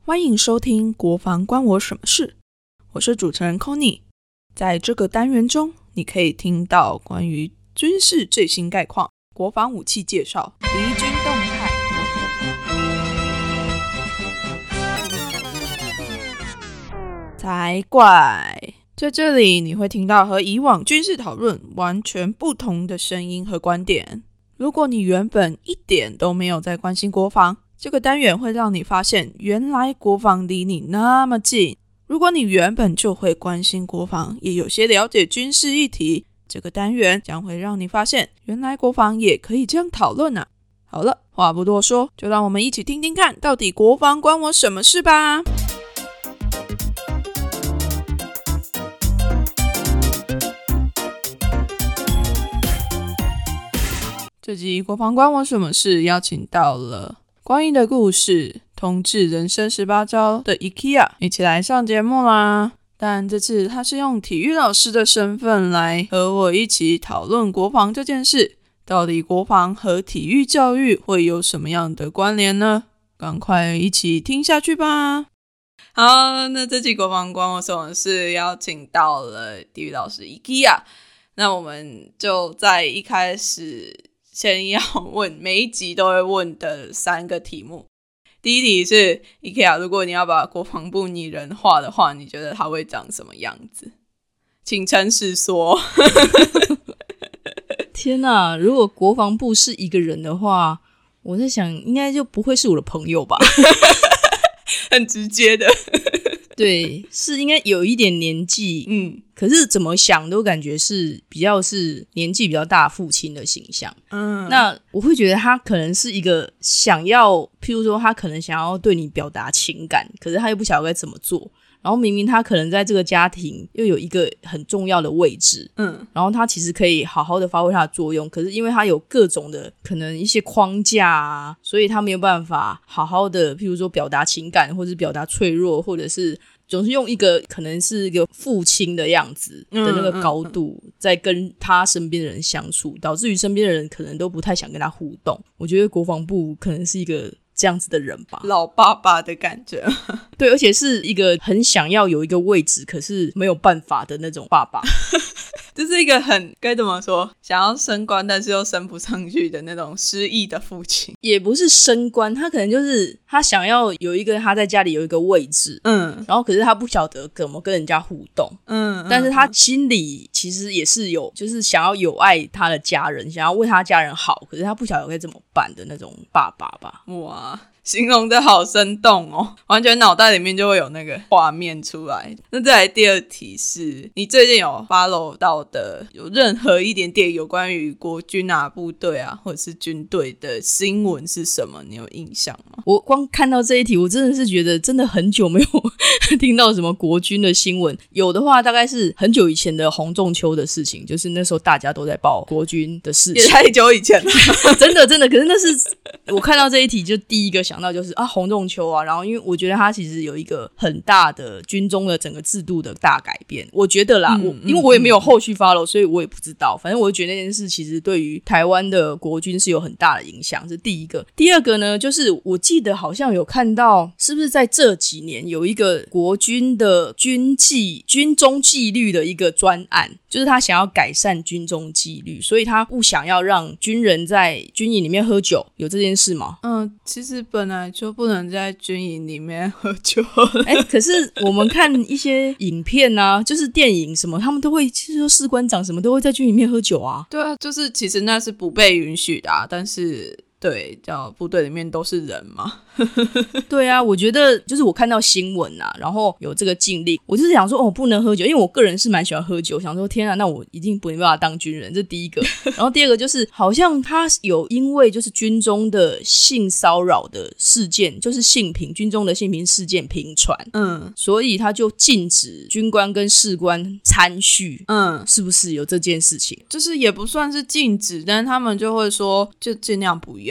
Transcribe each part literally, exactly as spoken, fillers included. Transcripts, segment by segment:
欢迎收听国防关我什么事，我是主持人 Connie。 在这个单元中，你可以听到关于军事最新概况、国防武器介绍、敌军动态。才怪！在这里你会听到和以往军事讨论完全不同的声音和观点。如果你原本一点都没有在关心国防，这个单元会让你发现原来国防离你那么近。如果你原本就会关心国防，也有些了解军事议题，这个单元将会让你发现原来国防也可以这样讨论啊。好了，话不多说，就让我们一起听听看到底国防关我什么事吧。这集国防关我什么事邀请到了光阴的故事同志人生十八招的 IKEA 一起来上节目啦。但这次他是用体育老师的身份来和我一起讨论国防这件事，到底国防和体育教育会有什么样的关联呢？赶快一起听下去吧。好，那这期国防关我什么事邀请到了体育老师 IKEA。 那我们就在一开始先要问每一集都会问的三个题目。第一题是 IKEA， 如果你要把国防部拟人化的话，你觉得它会长什么样子？请诚实说。 天哪，如果国防部是一个人的话，我在想应该就不会是我的朋友吧。 很直接的。 对，是应该有一点年纪，嗯，可是怎么想都感觉是比较是年纪比较大父亲的形象。嗯，那我会觉得他可能是一个想要，譬如说他可能想要对你表达情感，可是他又不晓得该怎么做。然后明明他可能在这个家庭又有一个很重要的位置，嗯，然后他其实可以好好的发挥他的作用，可是因为他有各种的可能一些框架啊，所以他没有办法好好的譬如说表达情感，或者是表达脆弱，或者是总是用一个可能是一个父亲的样子的那个高度在跟他身边的人相处，导致于身边的人可能都不太想跟他互动。我觉得国防部可能是一个这样子的人吧， 老爸爸的感觉。 对，而且是一个很想要有一个位置可是没有办法的那种爸爸。 就是一个很该怎么说，想要升官但是又升不上去的那种失意的父亲。 也不是升官，他可能就是他想要有一个他在家里有一个位置，嗯，然后可是他不晓得怎么跟人家互动，嗯，但是他心里其实也是有就是想要有爱他的家人，想要为他家人好，可是他不晓得该怎么办的那种爸爸吧。 哇，形容的好生动哦，完全脑袋里面就会有那个画面出来。那再来第二题是，你最近有 follow 到的有任何一点点有关于国军啊、部队啊或者是军队的新闻是什么？你有印象吗？ 我光看到这一题，我真的是觉得真的很久没有听到什么国军的新闻。有的话大概是很久以前的洪仲丘的事情，就是那时候大家都在报国军的事情， 也太久以前了。 真的真的，可是那是我看到这一题就第一个想到就是啊洪仲丘啊，然后因为我觉得他其实有一个很大的军中的整个制度的大改变，我觉得啦，嗯、我因为我也没有后续 follow， 所以我也不知道。反正我就觉得那件事其实对于台湾的国军是有很大的影响，是第一个。第二个呢，就是我记得好像有看到，是不是在这几年有一个国军的军纪、军中纪律的一个专案，就是他想要改善军中纪律，所以他不想要让军人在军营里面喝酒，有这件事吗？ 嗯，其实本来就不能在军营里面喝酒。 哎、欸，可是我们看一些影片啊，就是电影什么，他们都会，其实说士官长什么都会在军营里面喝酒啊。 对啊，就是其实那是不被允许的啊，但是对，叫部队里面都是人嘛。 对啊，我觉得就是我看到新闻啊，然后有这个禁令，我就是想说哦，不能喝酒，因为我个人是蛮喜欢喝酒，想说天啊，那我一定没办法当军人，这第一个。然后第二个就是好像他有因为就是军中的性骚扰的事件，就是性平军中的性平事件频传，嗯，所以他就禁止军官跟士官参叙，嗯，是不是有这件事情？ 就是也不算是禁止，但是他们就会说就尽量不要。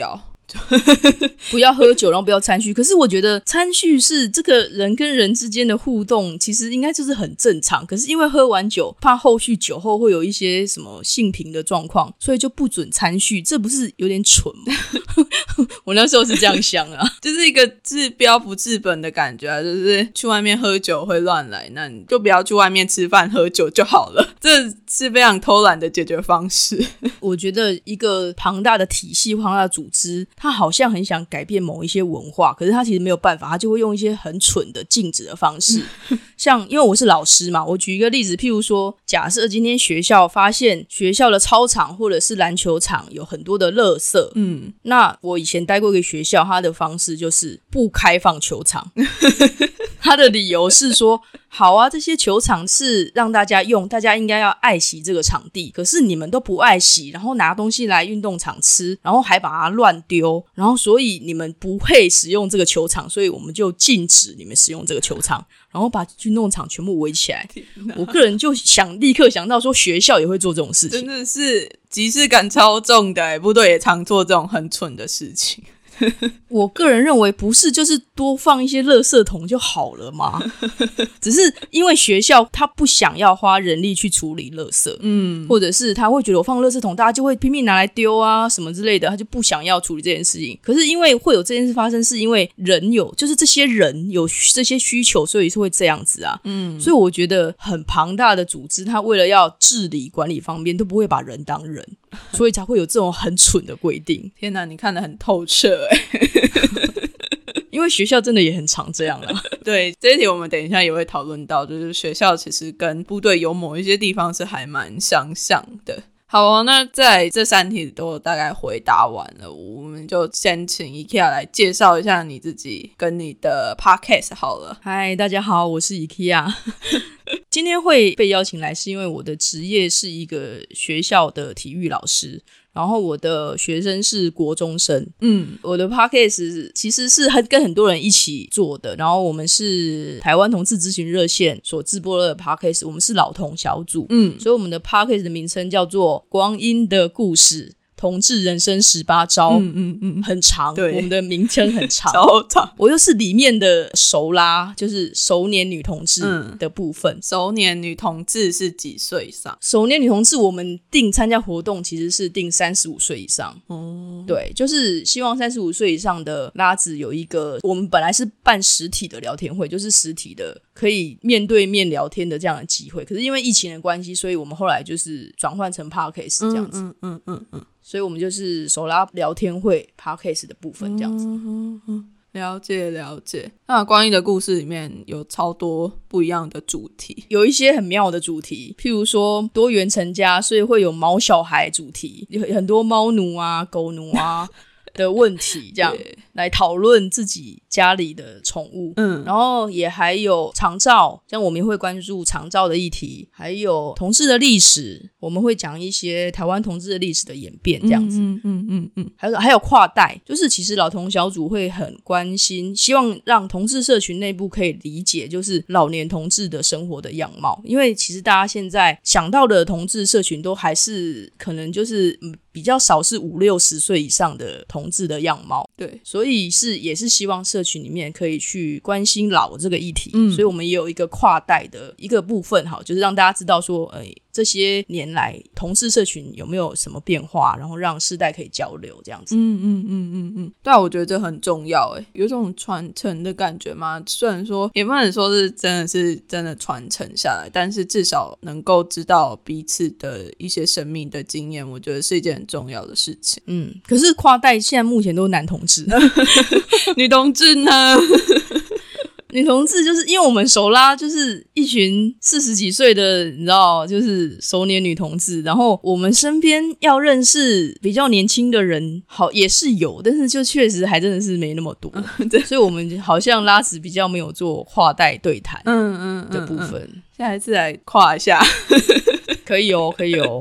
不要喝酒，然后不要参叙。可是我觉得参叙是这个人跟人之间的互动，其实应该就是很正常。可是因为喝完酒，怕后续酒后会有一些什么性平的状况，所以就不准参叙，这不是有点蠢吗？我那时候是这样想啊， 就是一个治标不治本的感觉啊，就是去外面喝酒会乱来，那你就不要去外面吃饭喝酒就好了，这是非常偷懒的解决方式。 我觉得一个庞大的体系、庞大的组织，它好像很想改变某一些文化，可是它其实没有办法，它就会用一些很蠢的禁止的方式。像因为我是老师嘛，我举一个例子，譬如说，假设今天学校发现学校的操场或者是篮球场有很多的垃圾，嗯，那我以前待过一个学校，它的方式就是不开放球场。他的理由是说，好啊，这些球场是让大家用，大家应该要爱惜这个场地，可是你们都不爱惜，然后拿东西来运动场吃，然后还把它乱丢，然后所以你们不配使用这个球场，所以我们就禁止你们使用这个球场，然后把运动场全部围起来。我个人就想立刻想到说，学校也会做这种事情， 真的是即视感超重的耶，部队也常做这种很蠢的事情。 我个人认为不是就是多放一些垃圾桶就好了嘛，只是因为学校他不想要花人力去处理垃圾，嗯，或者是他会觉得我放垃圾桶大家就会拼命拿来丢啊什么之类的，他就不想要处理这件事情。可是因为会有这件事发生，是因为人有就是这些人有这些需求，所以是会这样子啊，嗯，所以我觉得很庞大的组织，他为了要治理管理方面都不会把人当人，所以才会有这种很蠢的规定。 天哪，你看得很透彻耶。 因为学校真的也很常这样啦。 对，这一题我们等一下也会讨论到，就是学校其实跟部队有某一些地方是还蛮相像的。好哦，那在这三题都大概回答完了，我们就先请 IKEA 来介绍一下你自己跟你的 podcast 好了。 嗨，大家好，我是 IKEA。今天会被邀请来是因为我的职业是一个学校的体育老师，然后我的学生是国中生。嗯，我的 podcast 其实是很跟很多人一起做的，然后我们是台湾同志咨询热线所直播的 podcast， 我们是老同小组。嗯，所以我们的 podcast 的名称叫做光阴的故事同志人生十八招。嗯嗯嗯，很长，对，我们的名称很长， 超长。 我又是里面的熟拉，就是熟年女同志的部分。 嗯、熟年女同志是几岁以上？ 熟年女同志我们定参加活动其实是定三十五岁以上。哦，对，就是希望三十五岁以上的拉子有一个，我们本来是办实体的聊天会，就是实体的可以面对面聊天的这样的机会，可是因为疫情的关系，所以我们后来就是转换成 podcast 这样子。嗯嗯嗯嗯。所以我们就是手拉聊天会 podcast 的部分这样子。嗯嗯嗯，了解了解。那光阴的故事里面有超多不一样的主题， 有一些很妙的主题，譬如说多元成家，所以会有毛小孩主题，有很多猫奴啊狗奴啊的问题，这样来讨论自己家里的宠物。嗯，然后也还有长照，像我们也会关注长照的议题，还有同志的历史，我们会讲一些台湾同志的历史的演变这样子。嗯嗯嗯嗯，还有还有跨代，就是其实老同小组会很关心，希望让同志社群内部可以理解，就是老年同志的生活的样貌，因为其实大家现在想到的同志社群都还是可能就是嗯比较少是五六十岁以上的同志的样貌。 对， 所以是也是希望社群里面可以去关心老这个议题。嗯，所以我们也有一个跨代的一个部分，好，就是让大家知道说，呃，这些年来同志社群有没有什么变化，然后让世代可以交流这样子。 嗯嗯嗯嗯嗯，对啊，我觉得这很重要诶，有种传承的感觉嘛。虽然说也不能说是真的是真的传承下来，但是至少能够知道彼此的一些生命的经验，我觉得是一件很重要的事情。 嗯，可是跨代现在目前都是男同志， 女同志呢？ 女同志就是因为我们手拉就是一群四十几岁的，你知道，就是熟年女同志，然后我们身边要认识比较年轻的人，好也是有，但是就确实还真的是没那么多。嗯、对，所以我们好像拉子比较没有做跨代对谈，嗯嗯的部分。 下一次来跨一下， 可以哦，可以哦。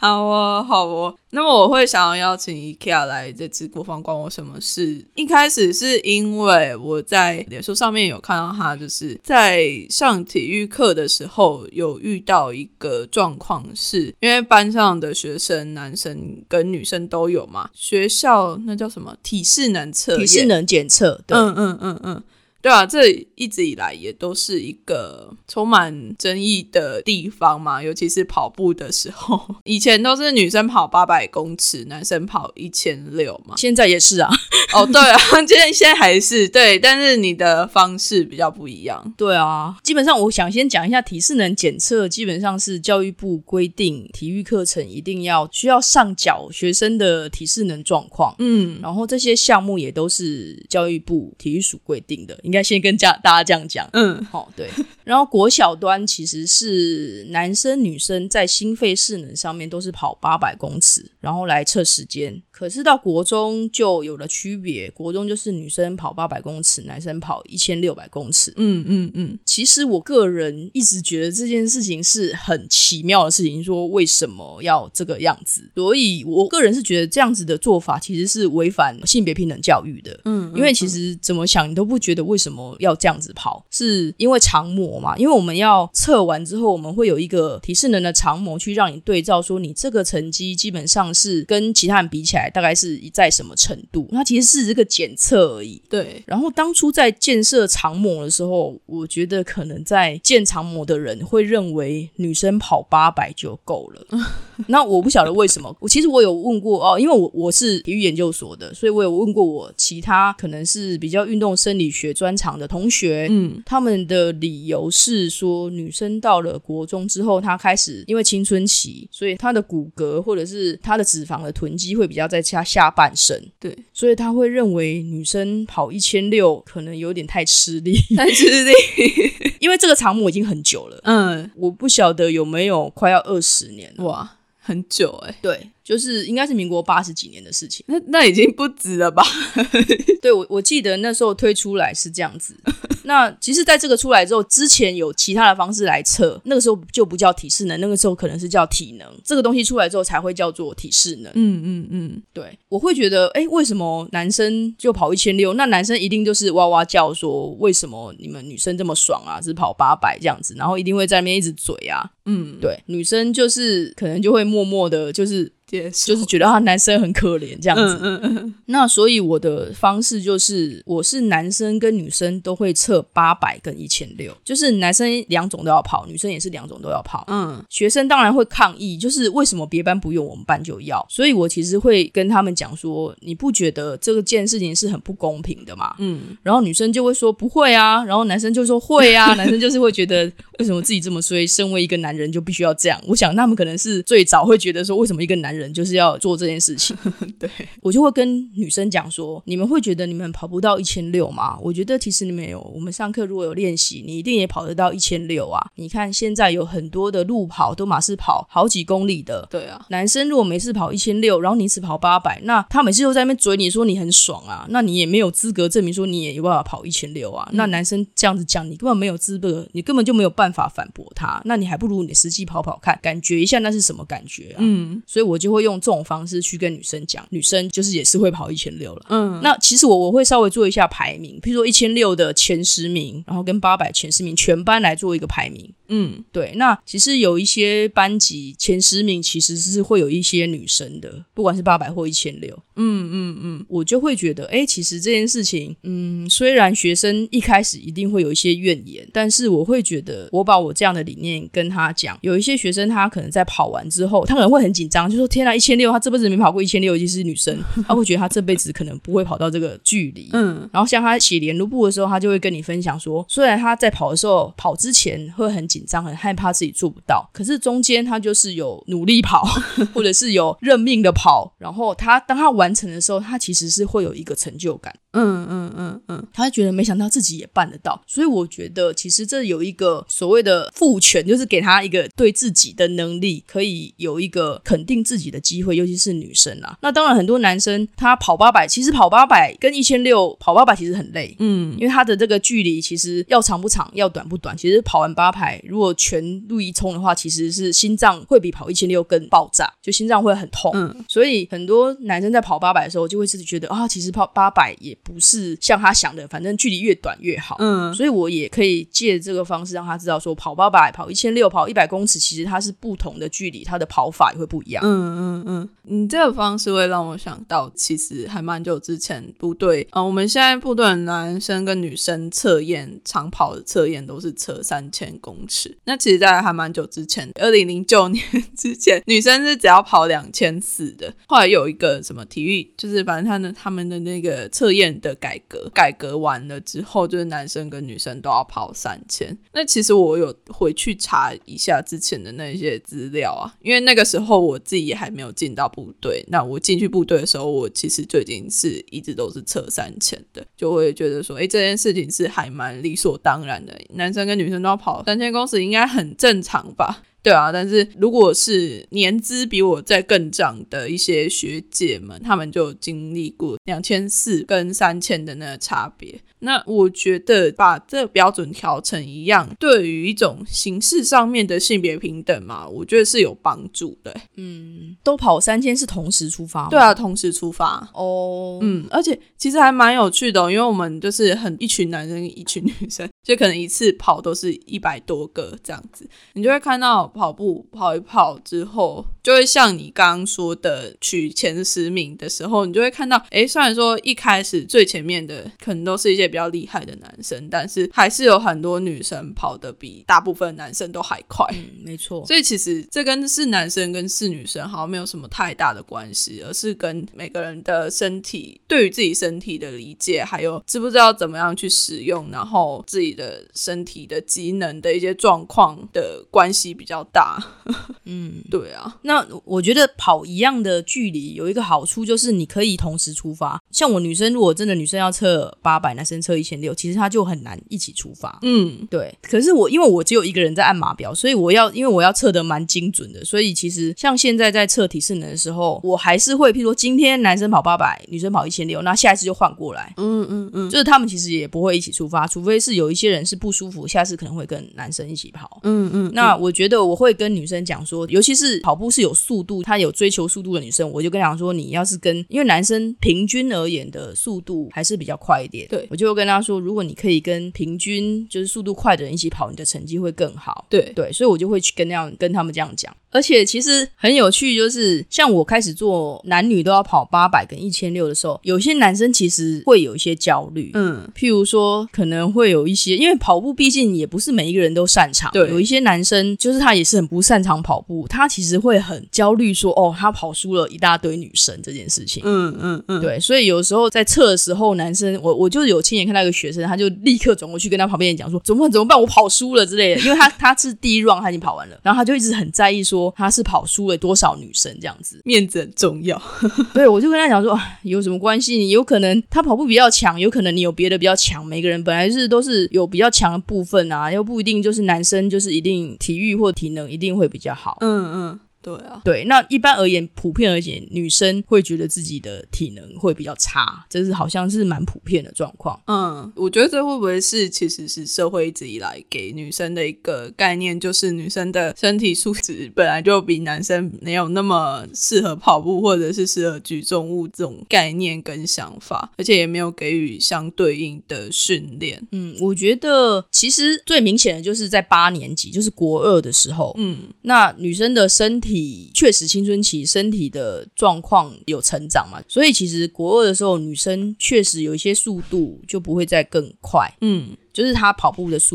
好哦，好哦。那么我会想要邀请 IKEA 来这次国防关我什么事，一开始是因为我在脸书上面有看到他就是在上体育课的时候有遇到一个状况，是因为班上的学生男生跟女生都有嘛，学校那叫什么体适能测验， 体适能检测，对， 嗯嗯嗯嗯，对啊，这一直以来也都是一个充满争议的地方嘛，尤其是跑步的时候，以前都是女生跑八百公尺，男生跑一千六嘛， 现在也是啊。 哦，对啊，现在现在还是对，但是你的方式比较不一样。 对啊，基本上我想先讲一下体适能检测，基本上是教育部规定体育课程一定要需要上缴学生的体适能状况，嗯，然后这些项目也都是教育部体育署规定的，应该先跟大家这样讲，嗯，好、哦，对。然后国小端其实是男生女生在心肺适能上面都是跑八百公尺，然后来测时间。可是到国中就有了区别，国中就是女生跑八百公尺，男生跑一千六百公尺。嗯嗯嗯。其实我个人一直觉得这件事情是很奇妙的事情，说为什么要这个样子？所以我个人是觉得这样子的做法其实是违反性别平等教育的。嗯, 嗯, 嗯，因为其实怎么想你都不觉得为什么要这样子跑，是因为常模嘛？因为我们要测完之后，我们会有一个体适能的常模去让你对照，说你这个成绩基本上是跟其他人比起来大概是在什么程度，它其实是这个检测而已。 对， 然后当初在建设常模的时候，我觉得可能在建常模的人会认为女生跑八百就够了。那我不晓得为什么，我其实我有问过哦，因为我我是体育研究所的，所以我有问过我其他可能是比较运动生理学专长的同学，嗯，他们的理由是说女生到了国中之后，她开始因为青春期，所以她的骨骼或者是她的脂肪的囤积会比较在下下半身， 对， 所以她会认为女生跑一千六可能有点太吃力， 太吃力， 因为这个长模已经很久了，嗯，我不晓得有没有快要二十年了， 哇，很久欸， 对，就是应该是民国八十几年的事情， 那那已经不止了吧？ 对，我我记得那时候推出来是这样子。那其实在这个出来之后，之前有其他的方式来测，那个时候就不叫体适能，那个时候可能是叫体能，这个东西出来之后才会叫做体适能。嗯嗯嗯，对，我会觉得诶，为什么男生就跑一千六，那男生一定就是哇哇叫说为什么你们女生这么爽啊，只跑八百这样子，然后一定会在那边一直嘴啊。嗯，对，女生就是可能就会默默的就是就是觉得他男生很可怜这样子，嗯嗯嗯。那所以我的方式就是，我是男生跟女生都会测八百跟一千六，就是男生两种都要跑，女生也是两种都要跑。嗯，学生当然会抗议，就是为什么别班不用，我们班就要？所以我其实会跟他们讲说，你不觉得这件事情是很不公平的吗？嗯，然后女生就会说不会啊，然后男生就说会啊，男生就是会觉得为什么自己这么衰，身为一个男人就必须要这样。我想他们可能是最早会觉得说，为什么一个男人人就是要做这件事情。 对， 我就会跟女生讲说，你们会觉得你们跑不到一千六吗？我觉得其实你们有，我们上课如果有练习，你一定也跑得到一千六啊。你看现在有很多的路跑都马是跑好几公里的， 对啊， 男生如果每次跑一千六，然后你只跑八百，那他每次都在那边嘴你说你很爽啊，那你也没有资格证明说你也有办法跑一千六啊、嗯、那男生这样子讲，你根本没有资格，你根本就没有办法反驳他，那你还不如你实际跑跑看，感觉一下那是什么感觉啊。嗯，所以我就会用这种方式去跟女生讲，女生就是也是会跑一千六了。嗯，那其实我我会稍微做一下排名，譬如说一千六的前十名，然后跟八百前十名，全班来做一个排名。嗯，对，那其实有一些班级前十名其实是会有一些女生的，不管是八百或一千六。嗯嗯嗯，我就会觉得，哎，其实这件事情，嗯，虽然学生一开始一定会有一些怨言，但是我会觉得，我把我这样的理念跟他讲，有一些学生他可能在跑完之后，他可能会很紧张，就说天啊，一千六，他这辈子没跑过一千六，尤其是女生，他会觉得他这辈子可能不会跑到这个距离。嗯，然后像他写联络簿的时候，他就会跟你分享说，虽然他在跑的时候，跑之前会很紧张，很害怕自己做不到，可是中间他就是有努力跑，或者是有认命的跑，然后他当他完成的时候，他其实是会有一个成就感。 嗯嗯嗯嗯， 他会觉得没想到自己也办得到。所以我觉得其实这有一个所谓的赋权，就是给他一个对自己的能力可以有一个肯定自己的机会，尤其是女生啦。那当然很多男生他跑八百，其实跑八百跟一千六跑八百其实很累，嗯，因为他的这个距离其实要长不长要短不短，其实跑完八百如果全路一冲的话，其实是心脏会比跑一千六更爆炸，就心脏会很痛，嗯，所以很多男生在跑八百的时候就会自己觉得啊，其实跑八百也不是像他想的反正距离越短越好，嗯，所以我也可以借这个方式让他知道说跑八百跑一千六跑一百公尺其实它是不同的距离，它的跑法也会不一样。 嗯嗯嗯，你这个方式会让我想到其实还蛮久之前部队、呃、我们现在部队的男生跟女生测验长跑的测验都是测三千公尺，那其实在还蛮久之前二零零九年之前女生是只要跑两千四的，后来有一个什么体育就是反正他的他们的那个测验的改革改革完了之后，就是男生跟女生都要跑三千。那其实我有回去查一下之前的那些资料啊，因为那个时候我自己也还没有进到部队，那我进去部队的时候我其实就已经是一直都是测三千的，就会觉得说诶这件事情是还蛮理所当然的，男生跟女生都要跑三千公尺应该很正常吧。对啊，但是如果是年资比我再更长的一些学姐们，他们就经历过两千四跟三千的那个差别。那我觉得把这个标准调成一样，对于一种形式上面的性别平等嘛，我觉得是有帮助的。 嗯，都跑三千是同时出发吗？ 对啊，同时出发。 哦， 嗯，而且其实还蛮有趣的、哦、因为我们就是很一群男生一群女生，就可能一次跑都是一百多个这样子，你就会看到跑步跑一跑之后，就会像你刚刚说的取前十名的时候，你就会看到诶虽然说一开始最前面的可能都是一些比较厉害的男生，但是还是有很多女生跑得比大部分男生都还快。 嗯，没错。 所以其实这跟是男生跟是女生好像没有什么太大的关系，而是跟每个人的身体对于自己身体的理解，还有知不知道怎么样去使用，然后自己的身体的机能的一些状况的关系比较大。嗯，对啊。 那我觉得跑一样的距离有一个好处，就是你可以同时出发。像我女生如果真的女生要测八百，男生测一千六，其实她就很难一起出发。嗯，对。可是我因为我只有一个人在按码表，所以我要因为我要测得蛮精准的，所以其实像现在在测体适能的时候，我还是会譬如说今天男生跑八百，女生跑一千六，那下一次就换过来。嗯嗯嗯，就是他们其实也不会一起出发，除非是有一些人是不舒服，下次可能会跟男生一起跑。嗯嗯，那我觉得我会跟女生讲说，尤其是跑步是有速度，她有追求速度的女生，我就跟她讲说，你要是跟因为男生平均而言的速度还是比较快一点，对，我就会跟她说，如果你可以跟平均就是速度快的人一起跑，你的成绩会更好。对对，所以我就会去跟那样跟他们这样讲。而且其实很有趣，就是像我开始做男女都要跑八百跟一千六的时候，有些男生其实会有一些焦虑，嗯，譬如说可能会有一些，因为跑步毕竟也不是每一个人都擅长，对，有一些男生就是他也是很不擅长跑步，他其实会很焦虑说，哦，他跑输了一大堆女生这件事情，嗯嗯嗯，对，所以有时候在测的时候，男生我我就有亲眼看到一个学生，他就立刻转过去跟他旁边人讲说，怎么办怎么办，我跑输了之类的，因为他他是第一 round 他已经跑完了，然后他就一直很在意说他是跑输了多少女生这样子， 面子很重要。 对，我就跟他讲说，有什么关系？你有可能他跑步比较强，有可能你有别的比较强，每个人本来是都是有比较强的部分啊，又不一定就是男生就是一定体育或体能一定会比较好。嗯嗯。对啊，对，那一般而言，普遍而言，女生会觉得自己的体能会比较差，这是好像是蛮普遍的状况。 嗯，我觉得这会不会是其实是社会一直以来给女生的一个概念，就是女生的身体素质本来就比男生没有那么适合跑步或者是适合举重物这种概念跟想法，而且也没有给予相对应的训练。 嗯，我觉得其实最明显的就是在八年级，就是国二的时候，嗯，那女生的身体确实青春期身体的状况有成长嘛，所以其实国二的时候女生确实有一些速度就不会再更快，嗯，就是她跑步的速度。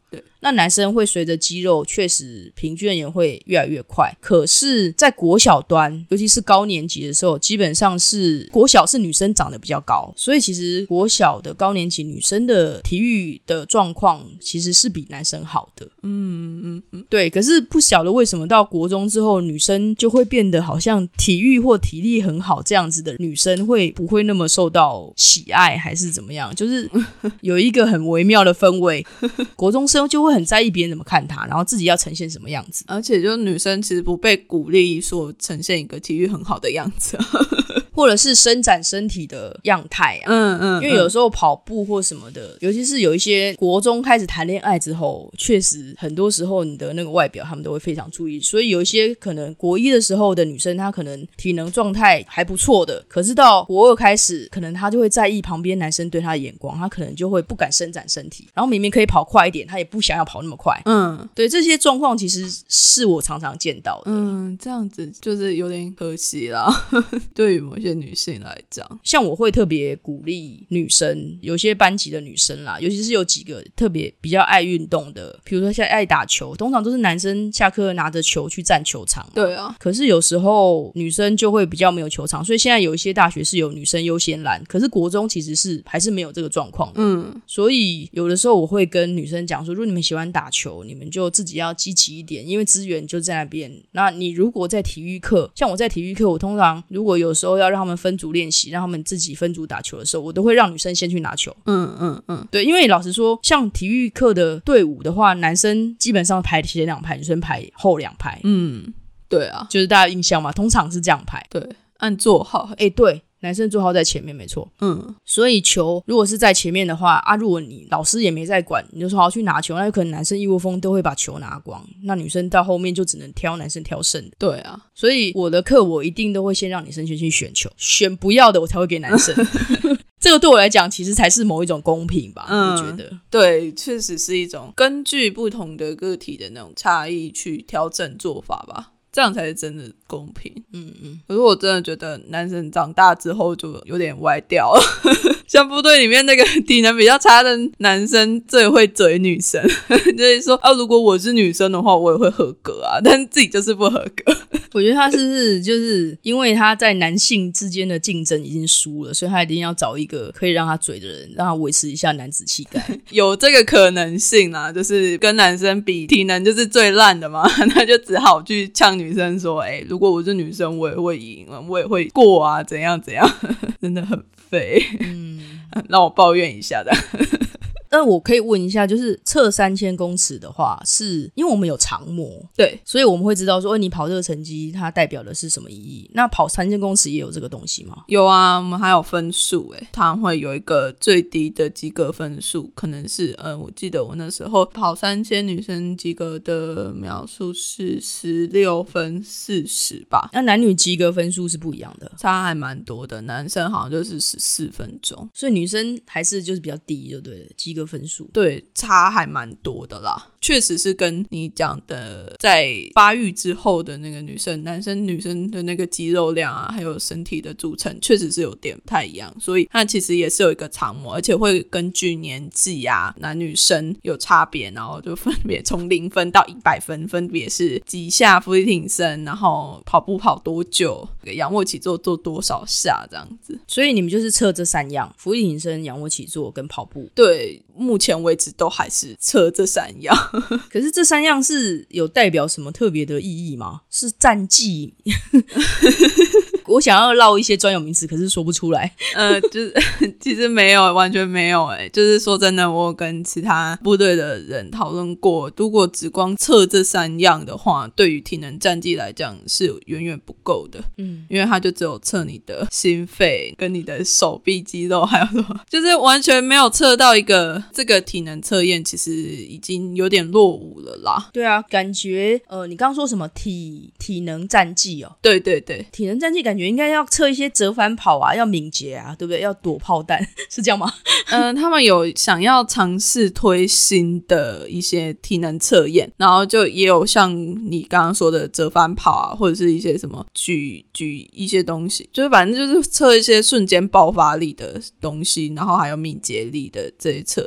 对， 那男生会随着肌肉确实平均也会越来越快，可是在国小端尤其是高年级的时候，基本上是国小是女生长得比较高，所以其实国小的高年级女生的体育的状况其实是比男生好的。 嗯嗯嗯， 对，可是不晓得为什么到国中之后女生就会变得好像体育或体力很好这样子的女生会不会那么受到喜爱还是怎么样，就是有一个很微妙的氛围国中生就会很在意别人怎么看他，然后自己要呈现什么样子， 而且就女生其实不被鼓励说呈现一个体育很好的样子或者是伸展身体的样态啊， 嗯嗯， 因为有时候跑步或什么的，尤其是有一些国中开始谈恋爱之后，确实很多时候你的那个外表他们都会非常注意，所以有一些可能国一的时候的女生她可能体能状态还不错的，可是到国二开始可能她就会在意旁边男生对她的眼光，她可能就会不敢伸展身体，然后明明可以跑快一点她也不想要跑那么快， 嗯， 对，这些状况其实是我常常见到的。 嗯，这样子就是有点可惜啦对于某些女性来讲， 像我会特别鼓励女生，有些班级的女生啦，尤其是有几个特别比较爱运动的，比如说像爱打球，通常都是男生下课拿着球去占球场嘛， 对啊， 可是有时候女生就会比较没有球场，所以现在有一些大学是有女生优先栏，可是国中其实是还是没有这个状况的。 嗯， 所以有的时候我会跟女生讲说，如果你们喜欢打球，你们就自己要积极一点，因为资源就在那边。那你如果在体育课，像我在体育课，我通常如果有时候要让他们分组练习，让他们自己分组打球的时候，我都会让女生先去拿球。 嗯嗯嗯， 对，因为老实说，像体育课的队伍的话，男生基本上排前两排，女生排后两排。 嗯，对啊， 就是大家印象嘛，通常是这样排。 对，按座号。 哎，对。男生座号在前面没错， 嗯， 所以球如果是在前面的话啊，如果你老师也没在管，你就说好去拿球，那有可能男生一窝蜂都会把球拿光，那女生到后面就只能挑男生挑剩的。 对啊， 所以我的课我一定都会先让女生先去选球，选不要的我才会给男生这个对我来讲其实才是某一种公平吧、嗯、我觉得对，确实是一种根据不同的个体的那种差异去调整做法吧，这样才是真的公平。 嗯嗯， 可是我真的觉得男生长大之后就有点歪掉了像部队里面那个体能比较差的男生最会嘴女生就是说啊，如果我是女生的话我也会合格啊，但自己就是不合格我觉得他是不是就是因为他在男性之间的竞争已经输了，所以他一定要找一个可以让他嘴的人，让他维持一下男子气概有这个可能性啦，就是跟男生比体能就是最烂的嘛那就只好去呛女生说哎、欸，如果我是女生我也会赢，我也会过啊，怎样怎样真的很废嗯，让我抱怨一下的那我可以问一下，就是测三千公尺的话，是因为我们有长模， 对， 所以我们会知道说，你跑这个成绩它代表的是什么意义。那跑三千公尺也有这个东西吗？ 有啊，我们还有分数诶，它会有一个最低的及格分数，可能是呃，我记得我那时候跑三千女生及格的描述是十六分四十吧。 那男女及格分数是不一样的， 差还蛮多的，男生好像就是十四分钟， 所以女生还是就是比较低，就对了，及格分数对，差还蛮多的啦。确实是跟你讲的在发育之后的那个女生男生女生的那个肌肉量啊还有身体的组成确实是有点不太一样，所以它其实也是有一个长模，而且会根据年纪啊男女生有差别，然后就分别从零分到一百分，分别是几下伏地挺身，然后跑步跑多久，仰卧起坐做多少下这样子。 所以你们就是测这三样，伏地挺身、仰卧起坐跟跑步。 对，目前为止都还是测这三样可是这三样是有代表什么特别的意义吗？是战绩我想要绕一些专有名词可是说不出来呃，就是其实没有，完全没有诶，就是说真的，我有跟其他部队的人讨论过，如果只光测这三样的话，对于体能战绩来讲是远远不够的。嗯，因为它就只有测你的心肺跟你的手臂肌肉，还有什么，就是完全没有测到一个这个体能测验，其实已经有点落伍了啦。 对啊，感觉呃，你刚刚说什么体体能战绩哦？ 对对对， 体能战绩感觉应该要测一些折返跑啊，要敏捷啊，对不对？要躲炮弹，是这样吗？ 嗯、呃，他们有想要尝试推新的一些体能测验，然后就也有像你刚刚说的折返跑啊，或者是一些什么举举一些东西，就是反正就是测一些瞬间爆发力的东西，然后还有敏捷力的这些测验。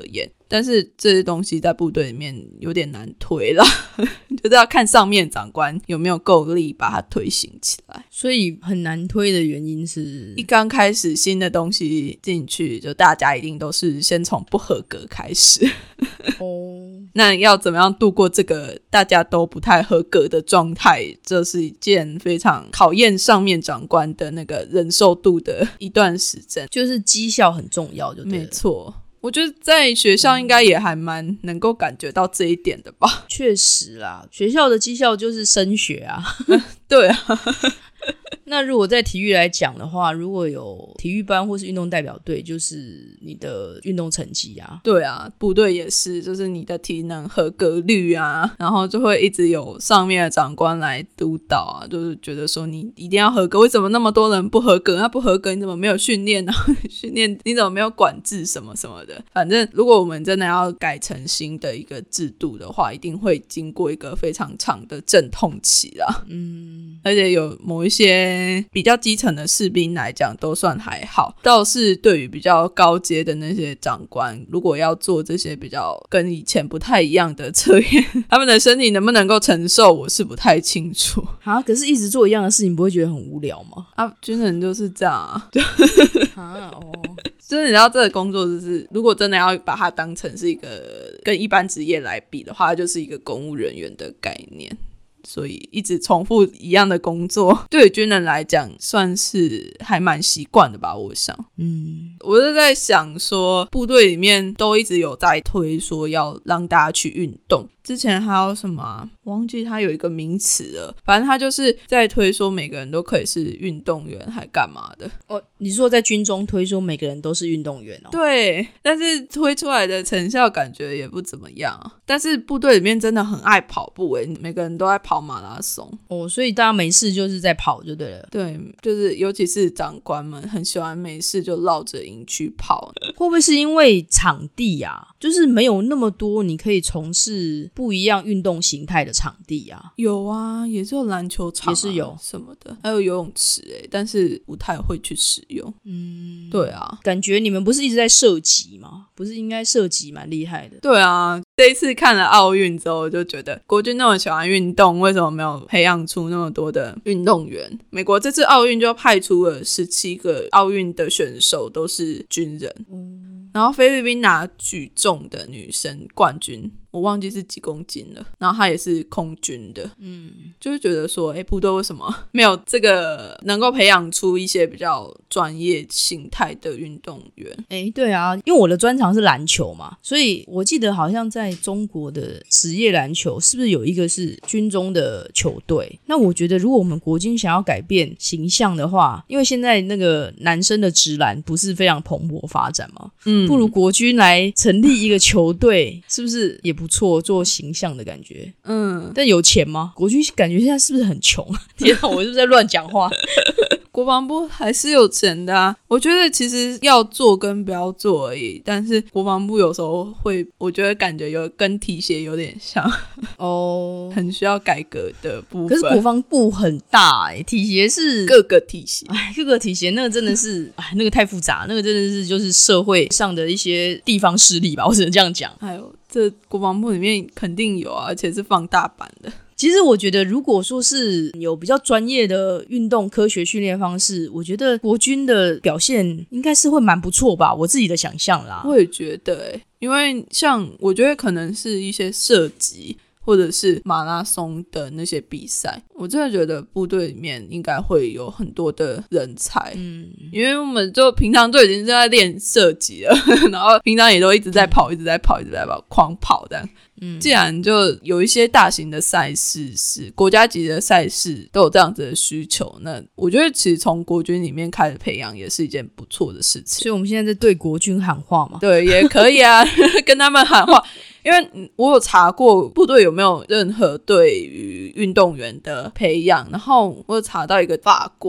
但是这些东西在部队里面有点难推啦就是要看上面长官有没有够力把它推行起来。 所以很难推的原因是一刚开始新的东西进去，就大家一定都是先从不合格开始哦，那要怎么样度过这个大家都不太合格的状态，这是一件非常考验上面长官的那个忍受度的一段时间， 就是绩效很重要就对了。 没错，我觉得在学校应该也还蛮能够感觉到这一点的吧。 确实啦，学校的绩效就是升学啊对啊那如果在体育来讲的话，如果有体育班或是运动代表队，就是你的运动成绩啊。 对啊，部队也是，就是你的体能合格率啊，然后就会一直有上面的长官来督导啊，就是觉得说你一定要合格，为什么那么多人不合格？那不合格你怎么没有训练呢？训练你怎么没有管制什么什么的？反正如果我们真的要改成新的一个制度的话，一定会经过一个非常长的阵痛期啦。嗯，而且有某一些比较基层的士兵来讲都算还好，倒是对于比较高阶的那些长官，如果要做这些比较跟以前不太一样的测验，他们的身体能不能够承受我是不太清楚啊。可是一直做一样的事情不会觉得很无聊吗？ 啊，军人就是这样啊啊哦， 就是你知道这个工作就是如果真的要把它当成是一个跟一般职业来比的话，它就是一个公务人员的概念，所以一直重复一样的工作对于军人来讲算是还蛮习惯的吧，我想。嗯，我是在想说部队里面都一直有在推说要让大家去运动，之前还有什么啊，我忘记它有一个名词了，反正它就是在推说每个人都可以是运动员还干嘛的。 哦，你说在军中推说每个人都是运动员哦？ 对，但是推出来的成效感觉也不怎么样。但是部队里面真的很爱跑步耶，每个人都在跑马拉松哦，所以大家没事就是在跑就对了。 对，就是尤其是长官们很喜欢没事就绕着营区跑。 会不会是因为场地啊，就是没有那么多你可以从事不一样运动形态的场地啊？ 有啊，也是有篮球场、啊、 也是有什么的，还有游泳池耶，但是不太会去使用。嗯，对啊， 感觉你们不是一直在射击吗？不是应该射击蛮厉害的？ 对啊，这一次看了奥运之后我就觉得国军那么喜欢运动，为什么没有培养出那么多的运动员？美国这次奥运就派出了十七个奥运的选手都是军人。嗯，然后菲律宾拿举重的女生冠军，我忘记是几公斤了，然后她也是空军的。嗯，就是觉得说诶，部队为什么没有这个能够培养出一些比较专业形态的运动员？ 诶，对啊，因为我的专长是篮球嘛，所以我记得好像在中国的职业篮球是不是有一个是军中的球队？那我觉得如果我们国军想要改变形象的话，因为现在那个男生的职篮不是非常蓬勃发展嘛，嗯，不如国军来成立一个球队，是不是也不错，做形象的感觉？嗯，但有钱吗？国军感觉现在是不是很穷？天啊，我是不是在乱讲话？ 国防部还是有钱的啊，我觉得其实要做跟不要做而已，但是国防部有时候会，我觉得感觉有跟体协有点像哦，很需要改革的部分。 可是国防部很大欸，体协是各个体协， 哎，各个体协那个真的是，哎，那个太复杂，那个真的是就是社会上的一些地方势力吧，我只能这样讲。 还有这国防部里面肯定有啊，而且是放大版的。 其实我觉得如果说是有比较专业的运动科学训练方式，我觉得国军的表现应该是会蛮不错吧，我自己的想象啦。 我也觉得欸，因为像我觉得可能是一些射击或者是马拉松的那些比赛，我真的觉得部队里面应该会有很多的人才。嗯，因为我们就平常就已经在练射击了然后平常也都一直在跑、嗯、一直在跑一直在跑狂跑这样。嗯，既然就有一些大型的赛事是国家级的赛事都有这样子的需求，那我觉得其实从国军里面开始培养也是一件不错的事情。 所以我们现在在对国军喊话嘛？ 对，也可以啊跟他们喊话。因为我有查过部队有没有任何对于运动员的培养，然后我有查到一个法规，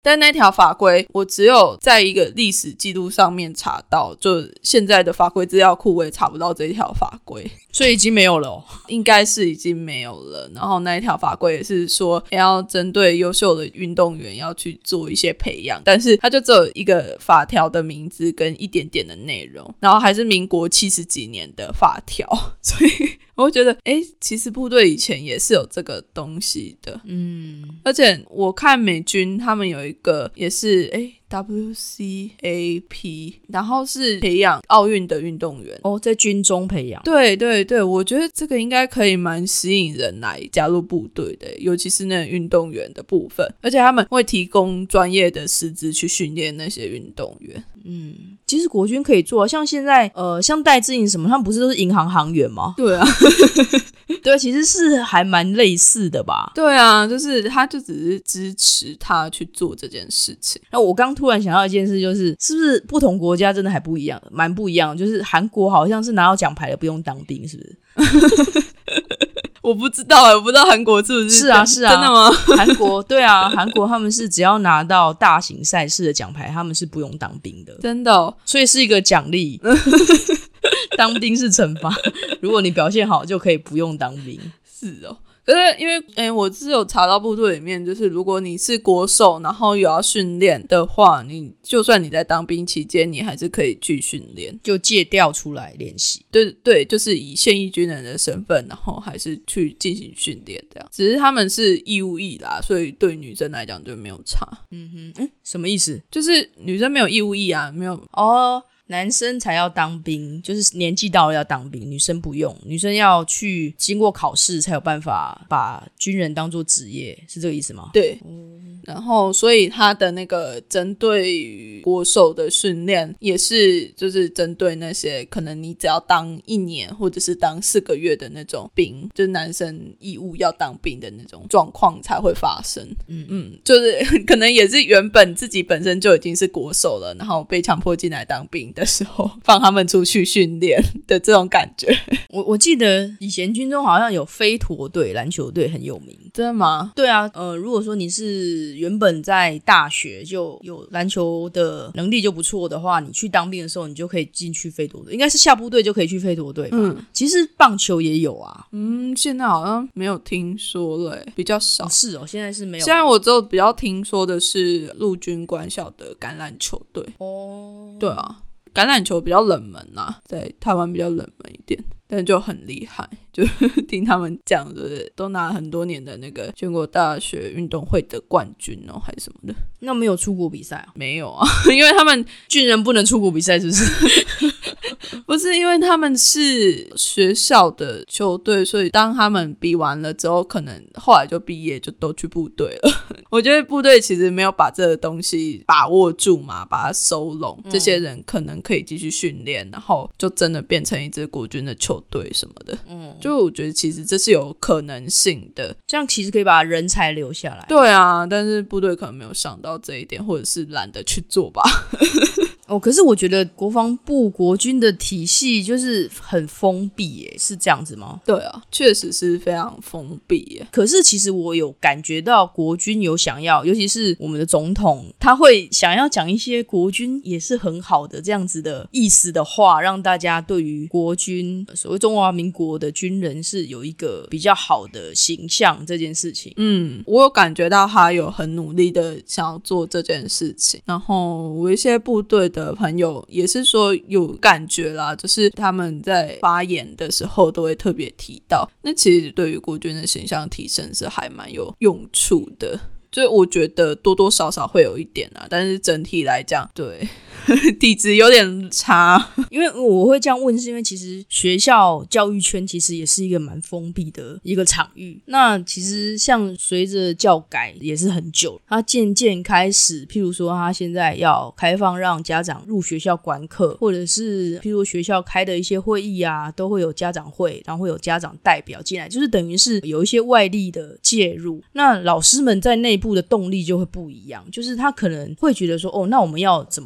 但那条法规我只有在一个历史记录上面查到，就现在的法规资料库我也查不到这一条法规， 所以已经没有了哦。 应该是已经没有了。然后那一条法规也是说要针对优秀的运动员要去做一些培养，但是它就只有一个法条的名字跟一点点的内容，然后还是民国七十几年的法条，所以我会觉得诶其实部队以前也是有这个东西的。嗯，而且我看美军他们有一个也是诶W C A P， 然后是培养奥运的运动员哦，在军中培养。 对对对，我觉得这个应该可以蛮吸引人来加入部队的，尤其是那个运动员的部分，而且他们会提供专业的师资去训练那些运动员。 嗯，其实国军可以做啊，像现在呃，像戴资颖什么，他们不是都是银行行员吗？ 对啊对，其实是还蛮类似的吧。 对啊，就是他就只是支持他去做这件事情。 那我刚突然想到一件事，就是是不是不同国家真的还不一样，蛮不一样，就是韩国好像是拿到奖牌的不用当兵，是不是？ 我不知道，我不知道韩国是不是是啊是啊， 真的吗？ 韩国对啊，韩国他们是只要拿到大型赛事的奖牌，他们是不用当兵的， 真的哦， 所以是一个奖励。当兵是惩罚，如果你表现好就可以不用当兵。 是哦。可是因为诶，我是有查到部队里面，就是如果你是国手，然后有要训练的话，你就算你在当兵期间，你还是可以去训练， 就借调出来练习。 对对，就是以现役军人的身份，然后还是去进行训练这样。只是他们是义务役啦，所以对女生来讲就没有差。 嗯哼，嗯，什么意思？ 就是女生没有义务役啊，没有哦。男生才要当兵，就是年纪到了要当兵，女生不用，女生要去经过考试才有办法把军人当作职业，是这个意思吗？ 对、嗯、然后所以他的那个针对于国手的训练也是就是针对那些可能你只要当一年或者是当四个月的那种兵，就是男生义务要当兵的那种状况才会发生。嗯嗯，就是可能也是原本自己本身就已经是国手了，然后被强迫进来当兵的时候放他们出去训练的这种感觉。 我我记得以前军中好像有飞陀队，篮球队很有名。 真的吗？ 对啊，呃，如果说你是原本在大学就有篮球的能力就不错的话，你去当兵的时候你就可以进去飞陀队，应该是下部队就可以去飞陀队吧。嗯，其实棒球也有啊。 嗯，现在好像没有听说了耶，比较少。 哦，是哦，现在是没有。 现在我只有比较听说的是陆军官校的橄榄球队。哦，对啊，橄榄球比较冷门啊，在台湾比较冷门一点，但就很厉害，就听他们讲的都拿了很多年的那个全国大学运动会的冠军哦，还是什么的。 那没有出国比赛啊？ 没有啊，因为他们军人不能出国比赛，是不是？ 不是，因为他们是学校的球队，所以当他们比完了之后，可能后来就毕业，就都去部队了。我觉得部队其实没有把这个东西把握住嘛，把它收拢，嗯，这些人可能可以继续训练，然后就真的变成一支国军的球队什么的。嗯，就我觉得其实这是有可能性的， 这样其实可以把人才留下来。 对啊，但是部队可能没有想到这一点，或者是懒得去做吧。 哦，可是我觉得国防部国军的体系就是很封闭耶，是这样子吗？ 对啊，确实是非常封闭耶。 可是其实我有感觉到国军有想要，尤其是我们的总统，他会想要讲一些国军也是很好的这样子的意思的话，让大家对于国军所谓中华民国的军人是有一个比较好的形象这件事情。嗯， 我有感觉到他有很努力的想要做这件事情，然后我一些部队的朋友也是说有感觉啦，就是他们在发言的时候都会特别提到，那其实对于国军的形象提升是还蛮有用处的，所以我觉得多多少少会有一点啊，但是整体来讲对体质有点差。 因为我会这样问是因为其实学校教育圈其实也是一个蛮封闭的一个场域，那其实像随着教改也是很久，它渐渐开始譬如说它现在要开放让家长入学校观课，或者是譬如学校开的一些会议啊都会有家长会，然后会有家长代表进来，就是等于是有一些外力的介入，那老师们在内部的动力就会不一样，就是他可能会觉得说哦，那我们要怎么做，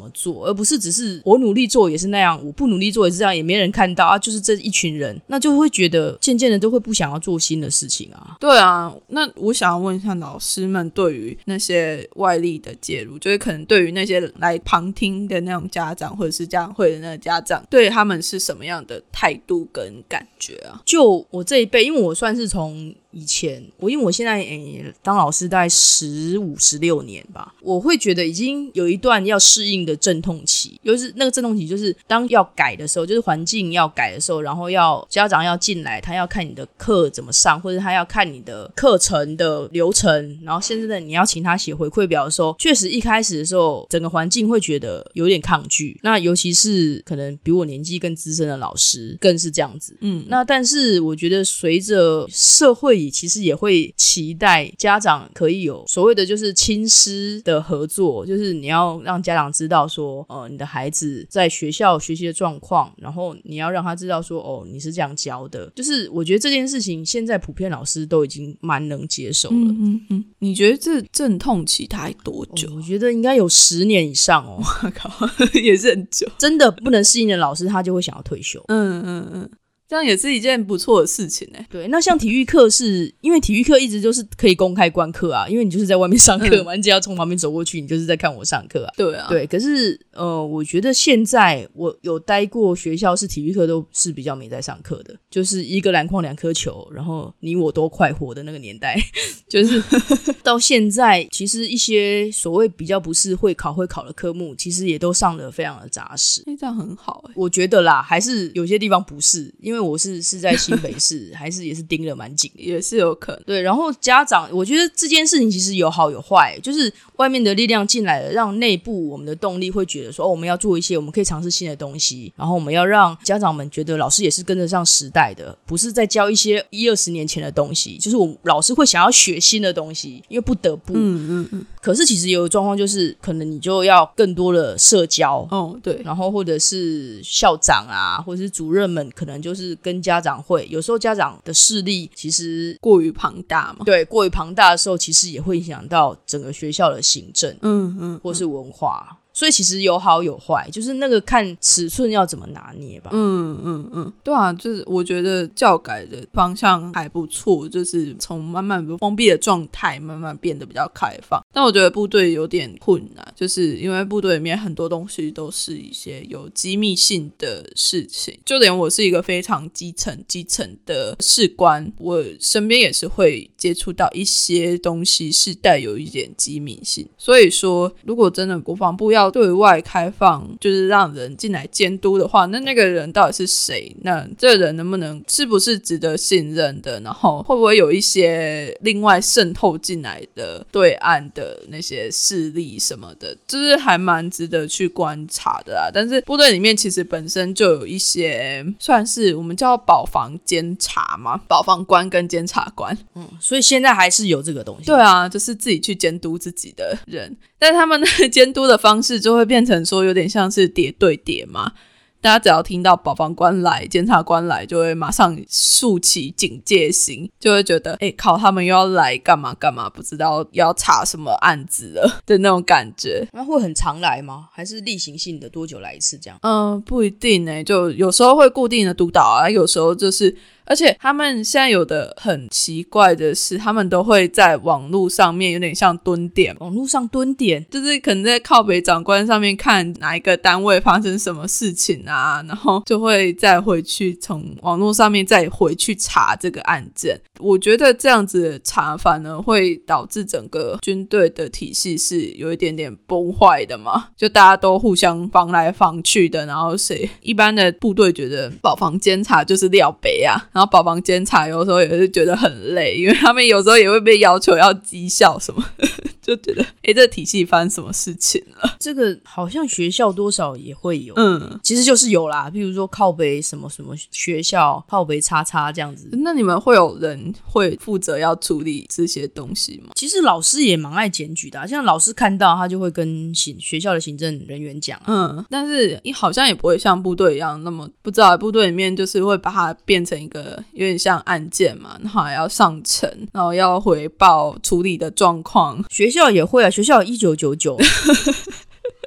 而不是只是我努力做也是那样，我不努力做也是这样，也没人看到啊，就是这一群人，那就会觉得渐渐的都会不想要做新的事情啊。 对啊，那我想要问一下老师们对于那些外力的介入，就是可能对于那些来旁听的那种家长或者是家长会的那个家长，对他们是什么样的态度跟感觉啊？ 就我这一辈，因为我算是从以前，我因为我现在诶当老师大概十五十六年吧，我会觉得已经有一段要适应的阵痛期，就是那个阵痛期就是当要改的时候，就是环境要改的时候，然后要家长要进来，他要看你的课怎么上，或者他要看你的课程的流程，然后现在你要请他写回馈表的时候，确实一开始的时候整个环境会觉得有点抗拒，那尤其是可能比我年纪更资深的老师更是这样子。嗯，那但是我觉得随着社会其实也会期待家长可以有所谓的就是亲师的合作，就是你要让家长知道说呃，你的孩子在学校学习的状况，然后你要让他知道说哦，你是这样教的，就是我觉得这件事情现在普遍老师都已经蛮能接受了。嗯嗯嗯，你觉得这阵痛期大概多久？ 哦，我觉得应该有十年以上哦。 我靠，也是很久。 真的不能适应的老师他就会想要退休。 嗯嗯嗯，这样也是一件不错的事情欸。 对，那像体育课是因为体育课一直就是可以公开观课啊，因为你就是在外面上课嘛，嗯，你只要从旁边走过去，你就是在看我上课啊。 对啊， 对。可是呃，我觉得现在我有待过学校是体育课都是比较没在上课的，就是一个篮筐两颗球，然后你我都快活的那个年代，就是到现在其实一些所谓比较不是会考会考的科目，其实也都上得非常的扎实。 欸，这样很好欸。 我觉得啦，还是有些地方不是，因为我是是在新北市，还是也是盯得蛮紧的， 也是有可能。 对，然后家长，我觉得这件事情其实有好有坏，就是外面的力量进来了，让内部我们的动力会觉得说，哦，我们要做一些，我们可以尝试新的东西，然后我们要让家长们觉得老师也是跟得上时代的，不是在教一些一二十年前的东西，就是我们老师会想要学新的东西，因为不得不。嗯嗯嗯。可是其实有的状况就是，可能你就要更多的社交。 哦，对。 然后或者是校长啊，或者是主任们，可能就是跟家长会，有时候家长的势力其实过于庞大嘛。 对，过于庞大的时候，其实也会影响到整个学校的行政，嗯嗯，或是文化。所以其实有好有坏，就是那个看尺寸要怎么拿捏吧。 嗯嗯嗯，对啊，就是我觉得教改的方向还不错，就是从慢慢封闭的状态慢慢变得比较开放。但我觉得部队有点困难，就是因为部队里面很多东西都是一些有机密性的事情，就连我是一个非常基层基层的士官，我身边也是会接触到一些东西是带有一点机密性。所以说如果真的国防部要对外开放，就是让人进来监督的话，那那个人到底是谁？那这个人能不能是不是值得信任的？然后会不会有一些另外渗透进来的对岸的那些势力什么的，就是还蛮值得去观察的啦。但是部队里面其实本身就有一些算是我们叫保防监察嘛，保防官跟监察官。 嗯，所以现在还是有这个东西。 对啊，就是自己去监督自己的人，但他们的监督的方式就会变成说有点像是叠对叠嘛，大家只要听到保防官来监察官来就会马上竖起警戒心，就会觉得哎、欸，靠，他们又要来干嘛干嘛，不知道要查什么案子了的那种感觉。 那会很常来吗？还是例行性的多久来一次这样？ 嗯，不一定欸，就有时候会固定的督导啊，有时候就是而且他们现在有的很奇怪的是，他们都会在网络上面有点像蹲点， 网络上蹲点就是可能在靠北长官上面看哪一个单位发生什么事情啊，然后就会再回去从网络上面再回去查这个案件。我觉得这样子的查反而会导致整个军队的体系是有一点点崩坏的嘛，就大家都互相防来防去的，然后谁一般的部队觉得保防监察就是廖北啊，然后保防监察有时候也是觉得很累，因为他们有时候也会被要求要绩效什么就觉得诶，这体系发生什么事情了。 这个好像学校多少也会有，嗯，其实就是有啦，比如说靠北什么什么学校靠北叉叉这样子。 那你们会有人会负责要处理这些东西吗？ 其实老师也蛮爱检举的、啊、像老师看到他就会跟行学校的行政人员讲、啊、 嗯，但是好像也不会像部队一样那么，不知道部队里面就是会把它变成一个有点像案件嘛，然后还要上呈，然后要回报处理的状况。 学校也会啊，学校有一九九九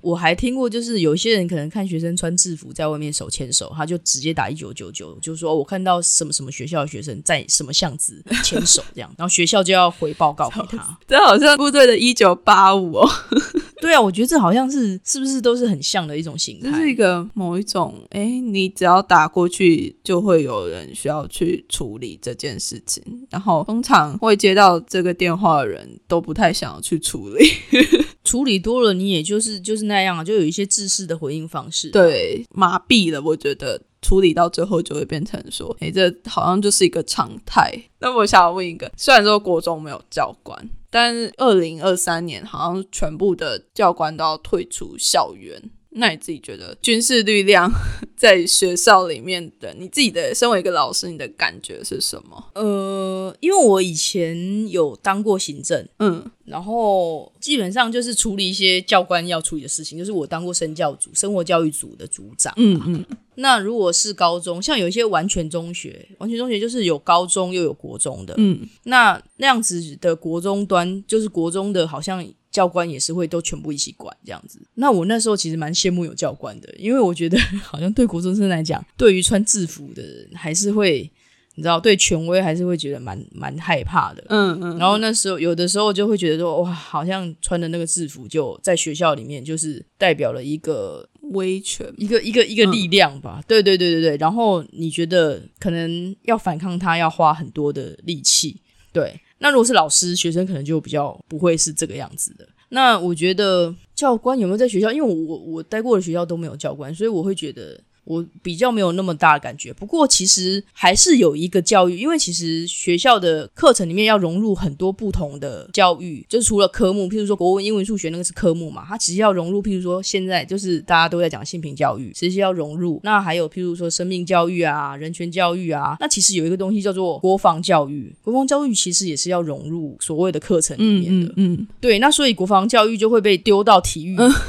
我还听过就是有一些人可能看学生穿制服在外面手牵手，他就直接打一九九九，就说我看到什么什么学校的学生在什么巷子牵手这样，然后学校就要回报告给他。 这好像部队的一九八五哦。 对啊，我觉得这好像是是不是都是很像的一种形态， 这是一个某一种诶你只要打过去就会有人需要去处理这件事情，然后通常会接到这个电话的人都不太想要去处理。 处理多了你也就是就是那样啊，就有一些制式的回应方式， 对，麻痹了。我觉得处理到最后就会变成说诶这好像就是一个常态。那我想要问一个，虽然说国中没有教官，但是二零二三年好像全部的教官都要退出校园，那你自己觉得军事力量在学校里面的，你自己的身为一个老师，你的感觉是什么？ 呃，因为我以前有当过行政，嗯，然后基本上就是处理一些教官要处理的事情，就是我当过生教组、生活教育组的组长，嗯嗯。那如果是高中，像有一些完全中学，完全中学就是有高中又有国中的，嗯，那那样子的国中端，就是国中的好像教官也是会都全部一起管这样子。那我那时候其实蛮羡慕有教官的，因为我觉得好像对国中生来讲，对于穿制服的人还是会你知道对权威还是会觉得蛮蛮害怕的，嗯嗯。然后那时候有的时候就会觉得说哇，好像穿的那个制服就在学校里面就是代表了一个威权， 一个一个一个力量吧，嗯、对对对对对。然后你觉得可能要反抗他要花很多的力气，对。那如果是老师，学生可能就比较不会是这个样子的。那我觉得教官有没有在学校？因为我我我待过的学校都没有教官，所以我会觉得我比较没有那么大的感觉。不过其实还是有一个教育，因为其实学校的课程里面要融入很多不同的教育，就是除了科目，譬如说国文、英文、数学那个是科目嘛，它其实要融入，譬如说现在就是大家都在讲性平教育，其实要融入。那还有譬如说生命教育啊、人权教育啊，那其实有一个东西叫做国防教育，国防教育其实也是要融入所谓的课程里面的。嗯嗯嗯，对，那所以国防教育就会被丢到体育。嗯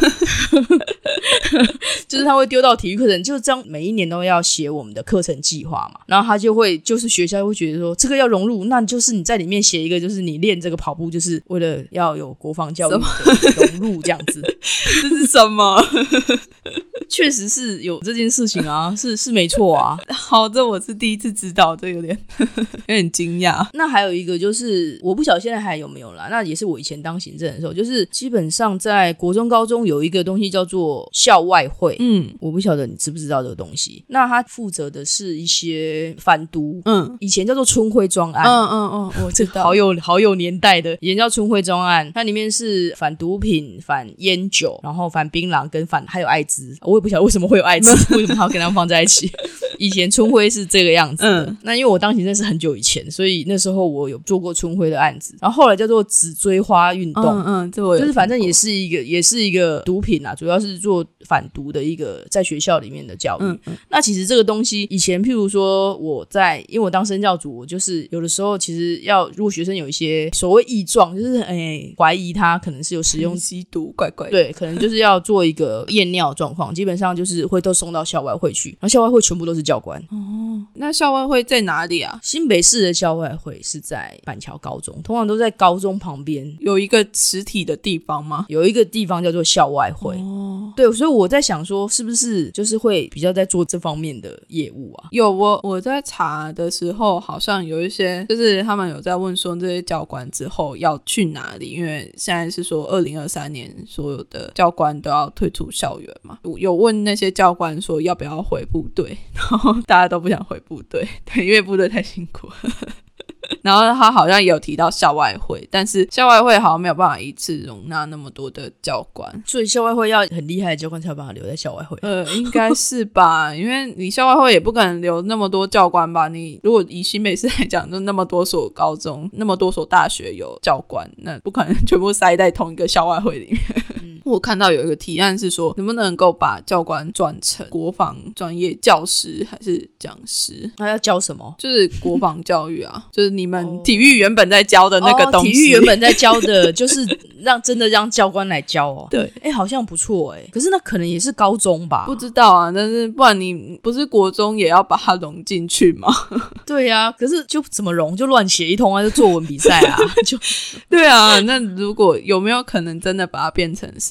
就是他会丢到体育课程，就是这样每一年都要写我们的课程计划嘛，然后他就会就是学校会觉得说这个要融入，那就是你在里面写一个，就是你练这个跑步就是为了要有国防教育的融入这样子。 这是什么？ 确实是有这件事情啊，是是没错啊。 好，这我是第一次知道，这有点有点惊讶。 那还有一个就是我不晓得现在还有没有啦，那也是我以前当行政的时候，就是基本上在国中高中有一个东西叫做校外会，嗯，我不晓得你知不知道这个东西。那他负责的是一些反毒，嗯，以前叫做春晖专案，嗯嗯嗯，我知道，好有好有年代的，以前叫春晖专案，它里面是反毒品、反烟酒，然后反槟榔跟反还有艾滋，我也不晓得为什么会有艾滋，为什么还要跟他们放在一起。以前春晖是这个样子的，嗯，那因为我当行政是很久以前，所以那时候我有做过春晖的案子，然后后来叫做紫锥花运动，嗯嗯，这我有就是反正也是一个也是一个毒品啊，主要是做反毒的一个在学校里面的教育。嗯嗯，那其实这个东西以前譬如说我在因为我当生教组，我就是有的时候其实要如果学生有一些所谓异状，就是哎怀疑他可能是有使用吸毒怪怪， 对，可能就是要做一个验尿状况，基本上就是会都送到校外会去，然后校外会全部都是教官。 哦，那校外会在哪里啊？ 新北市的校外会是在板桥高中，通常都在高中旁边有一个实体的地方吗？ 有一个地方叫做校外会。哦，对，所以我在想说是不是就是会比较在做这方面的业务啊？ 有，我我在查的时候好像有一些就是他们有在问说这些教官之后要去哪里，因为现在是说二零二三年所有的教官都要退出校园嘛，有问那些教官说要不要回部队，然后大家都不想回部队，对，因为部队太辛苦了。然后他好像也有提到校外会，但是校外会好像没有办法一次容纳那么多的教官， 所以校外会要很厉害的教官才有办法留在校外会。 呃，应该是吧，因为你校外会也不可能留那么多教官吧，你如果以新北市来讲，就那么多所高中那么多所大学有教官，那不可能全部塞在同一个校外会里面。嗯，我看到有一个提案是说能不能够把教官转成国防专业教师还是讲师， 他要教什么？ 就是国防教育啊，就是你们体育原本在教的那个东西， 哦、体育原本在教的就是让真的让教官来教哦。 对， 哎，好像不错哎，可是那可能也是高中吧？ 不知道啊，但是不然你不是国中也要把它融进去吗？ 对呀、啊，可是就怎么融？就乱写一通啊，就作文比赛啊，就对啊。那如果有没有可能真的把它变成是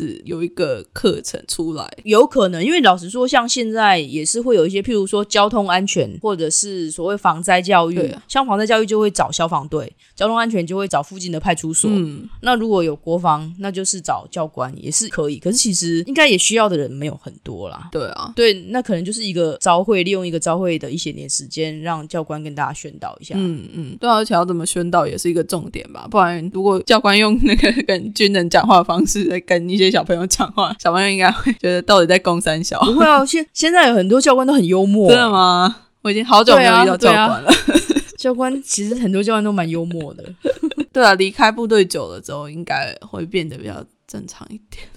是有一个课程出来？ 有可能，因为老实说像现在也是会有一些譬如说交通安全或者是所谓防灾教育、啊、像防灾教育就会找消防队，交通安全就会找附近的派出所、嗯、那如果有国防那就是找教官也是可以，可是其实应该也需要的人没有很多啦。 对啊， 对，那可能就是一个朝会，利用一个朝会的一些点时间让教官跟大家宣导一下。 嗯嗯，对啊，而且要怎么宣导也是一个重点吧，不然如果教官用那个跟军人讲话的方式来跟一些小朋友讲话，小朋友应该会觉得到底在攻三小。 不会啊，现现在有很多教官都很幽默。 真的吗？我已经好久没有遇到教官了。 对啊对啊教官其实很多教官都蛮幽默的。 对啊，离开部队久了之后应该会变得比较正常一点。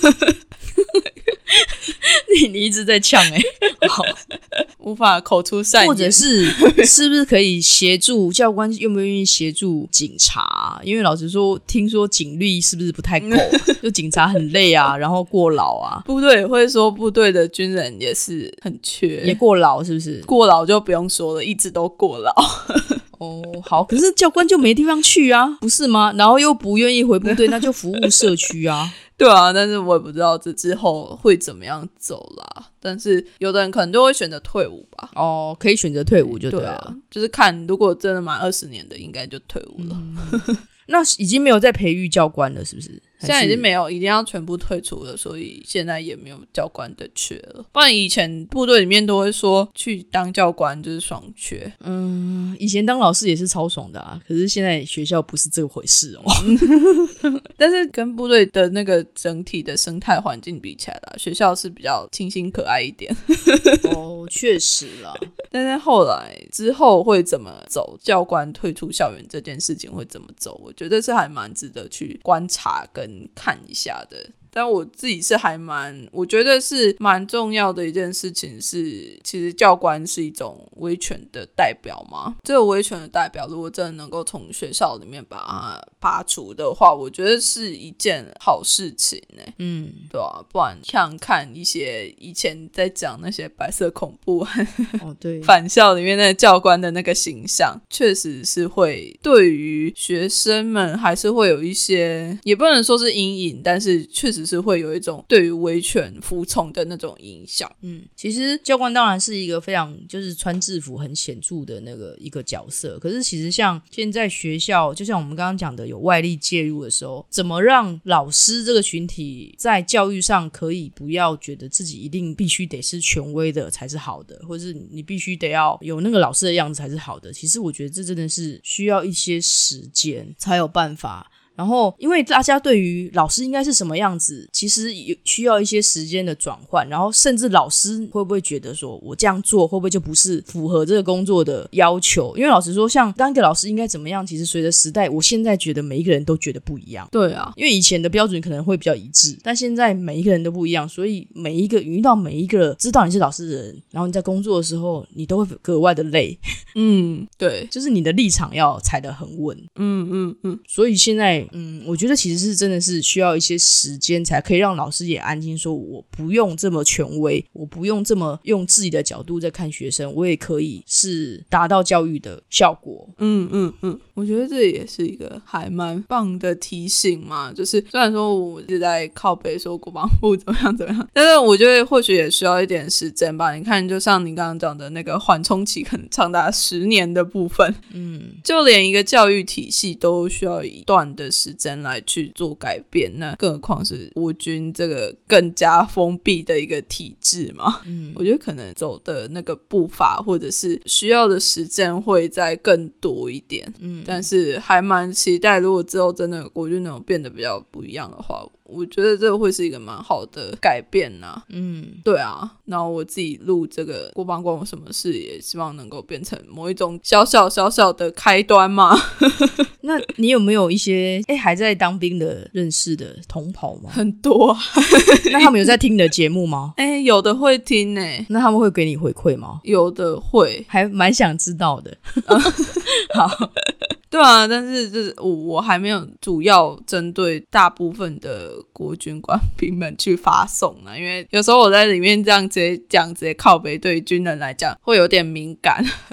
你你一直在呛哎、欸，好， 无法口出善言， 或者是是不是可以协助教官愿不愿意协助警察？因为老实说，听说警力是不是不太够？就警察很累啊，然后过劳啊。 部队也会说，部队的军人也是很缺， 也过劳是不是？ 过劳就不用说了，一直都过劳。 哦，好，可是教官就没地方去啊，不是吗？然后又不愿意回部队，那就服务社区啊。 对啊，但是我也不知道这之后会怎么样走啦。但是有的人可能就会选择退伍吧。 哦，可以选择退伍就对了。 对啊，就是看如果真的满二十年的，应该就退伍了。 嗯、那已经没有在培育教官了，是不是？ 现在已经没有，已经要全部退出了，所以现在也没有教官的缺了。不然以前部队里面都会说去当教官就是爽缺。 嗯，以前当老师也是超爽的啊，可是现在学校不是这回事哦。 但是跟部队的那个整体的生态环境比起来啦，学校是比较清新可爱一点。 哦，确实啦。 但是后来之后会怎么走，教官退出校园这件事情会怎么走，我觉得是还蛮值得去观察跟看一下的。但我自己是还蛮我觉得是蛮重要的一件事情是，其实教官是一种威权的代表嘛。这个威权的代表如果真的能够从学校里面把它拔除的话，我觉得是一件好事情欸。嗯，对啊，不然像看一些以前在讲那些白色恐怖哦，对， 返校里面那个教官的那个形象，确实是会对于学生们还是会有一些，也不能说是阴影，但是确实是会有一种对于威权服从的那种影响。 嗯，其实教官当然是一个非常就是穿制服很显著的那个一个角色，可是其实像现在学校就像我们刚刚讲的有外力介入的时候，怎么让老师这个群体在教育上可以不要觉得自己一定必须得是权威的才是好的，或是你必须得要有那个老师的样子才是好的，其实我觉得这真的是需要一些时间才有办法。然后因为大家对于老师应该是什么样子其实需要一些时间的转换，然后甚至老师会不会觉得说我这样做会不会就不是符合这个工作的要求，因为老实说像当一个老师应该怎么样，其实随着时代我现在觉得每一个人都觉得不一样。 对啊， 因为以前的标准可能会比较一致，但现在每一个人都不一样，所以每一个遇到每一个知道你是老师的人，然后你在工作的时候你都会格外的累。 嗯，对， 就是你的立场要踩得很稳。 嗯嗯嗯， 所以现在嗯，我觉得其实是真的是需要一些时间才可以让老师也安心说我不用这么权威，我不用这么用自己的角度在看学生，我也可以是达到教育的效果。 嗯嗯嗯，我觉得这也是一个还蛮棒的提醒嘛，就是虽然说我一直在靠北说国防部怎么样怎么样，但是我觉得或许也需要一点时间吧。你看就像你刚刚讲的那个缓冲期可能长达十年的部分，嗯，就连一个教育体系都需要一段的时间来去做改变，那更何况是国军这个更加封闭的一个体制嘛。嗯，我觉得可能走的那个步伐或者是需要的时间会再更多一点。嗯，但是还蛮期待如果之后真的国军能变得比较不一样的话，我觉得这会是一个蛮好的改变啊。嗯，对啊，然后我自己录这个国防关我什么事也希望能够变成某一种小小小小的开端嘛。 那你有没有一些诶还在当兵的认识的同袍吗？ 很多。 那他们有在听你的节目吗？ 诶有的会听诶。 那他们会给你回馈吗？ 有的会， 还蛮想知道的。好， 对啊，但是就是我我还没有主要针对大部分的国军官兵们去发送啊，因为有时候我在里面这样直接讲直接靠北，对于军人来讲会有点敏感。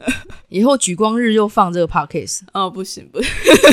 以后举光日就放这个 podcast。 哦，不行不行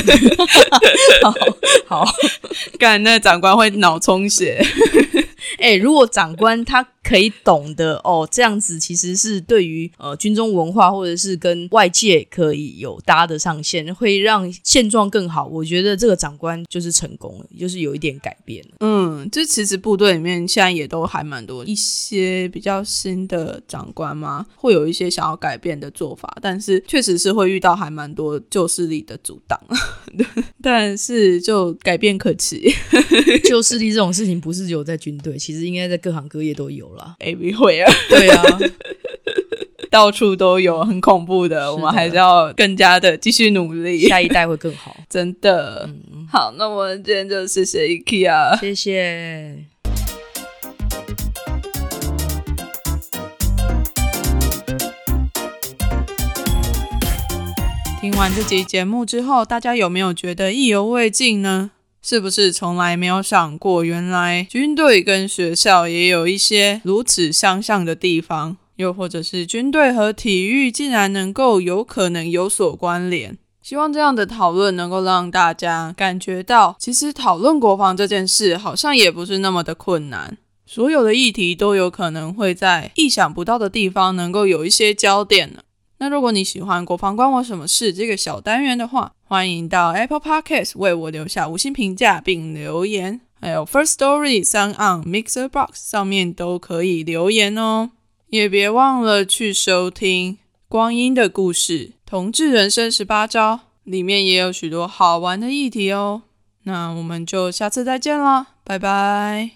好好干那长官会脑充血哎、欸，如果长官他可以懂得哦，这样子其实是对于呃军中文化或者是跟外界可以有搭得上线，会让现状更好。我觉得这个长官就是成功了，就是有一点改变了。 嗯，就其实部队里面现在也都还蛮多一些比较新的长官嘛，会有一些想要改变的做法，但是确实是会遇到还蛮多旧势力的阻挡但是就改变可期旧势力这种事情不是只有在军队，其实应该在各行各业都有啦。 everywhere 对啊到处都有，很恐怖 的, 的我们还是要更加的继续努力， 下一代会更好真的、嗯、好，那我们今天就谢谢 IKEA， 谢谢。 听完这集节目之后，大家有没有觉得意犹未尽呢？是不是从来没有想过，原来军队跟学校也有一些如此相像的地方，又或者是军队和体育竟然能够有可能有所关联？希望这样的讨论能够让大家感觉到，其实讨论国防这件事好像也不是那么的困难，所有的议题都有可能会在意想不到的地方能够有一些焦点呢。那如果你喜欢国防关我什么事这个小单元的话，欢迎到 Apple Podcast 为我留下五星评价并留言，还有 First Story、Sound On、Mixer Box 上面都可以留言哦。也别忘了去收听光阴的故事同志人生十八招，里面也有许多好玩的议题哦。那我们就下次再见啦，拜拜。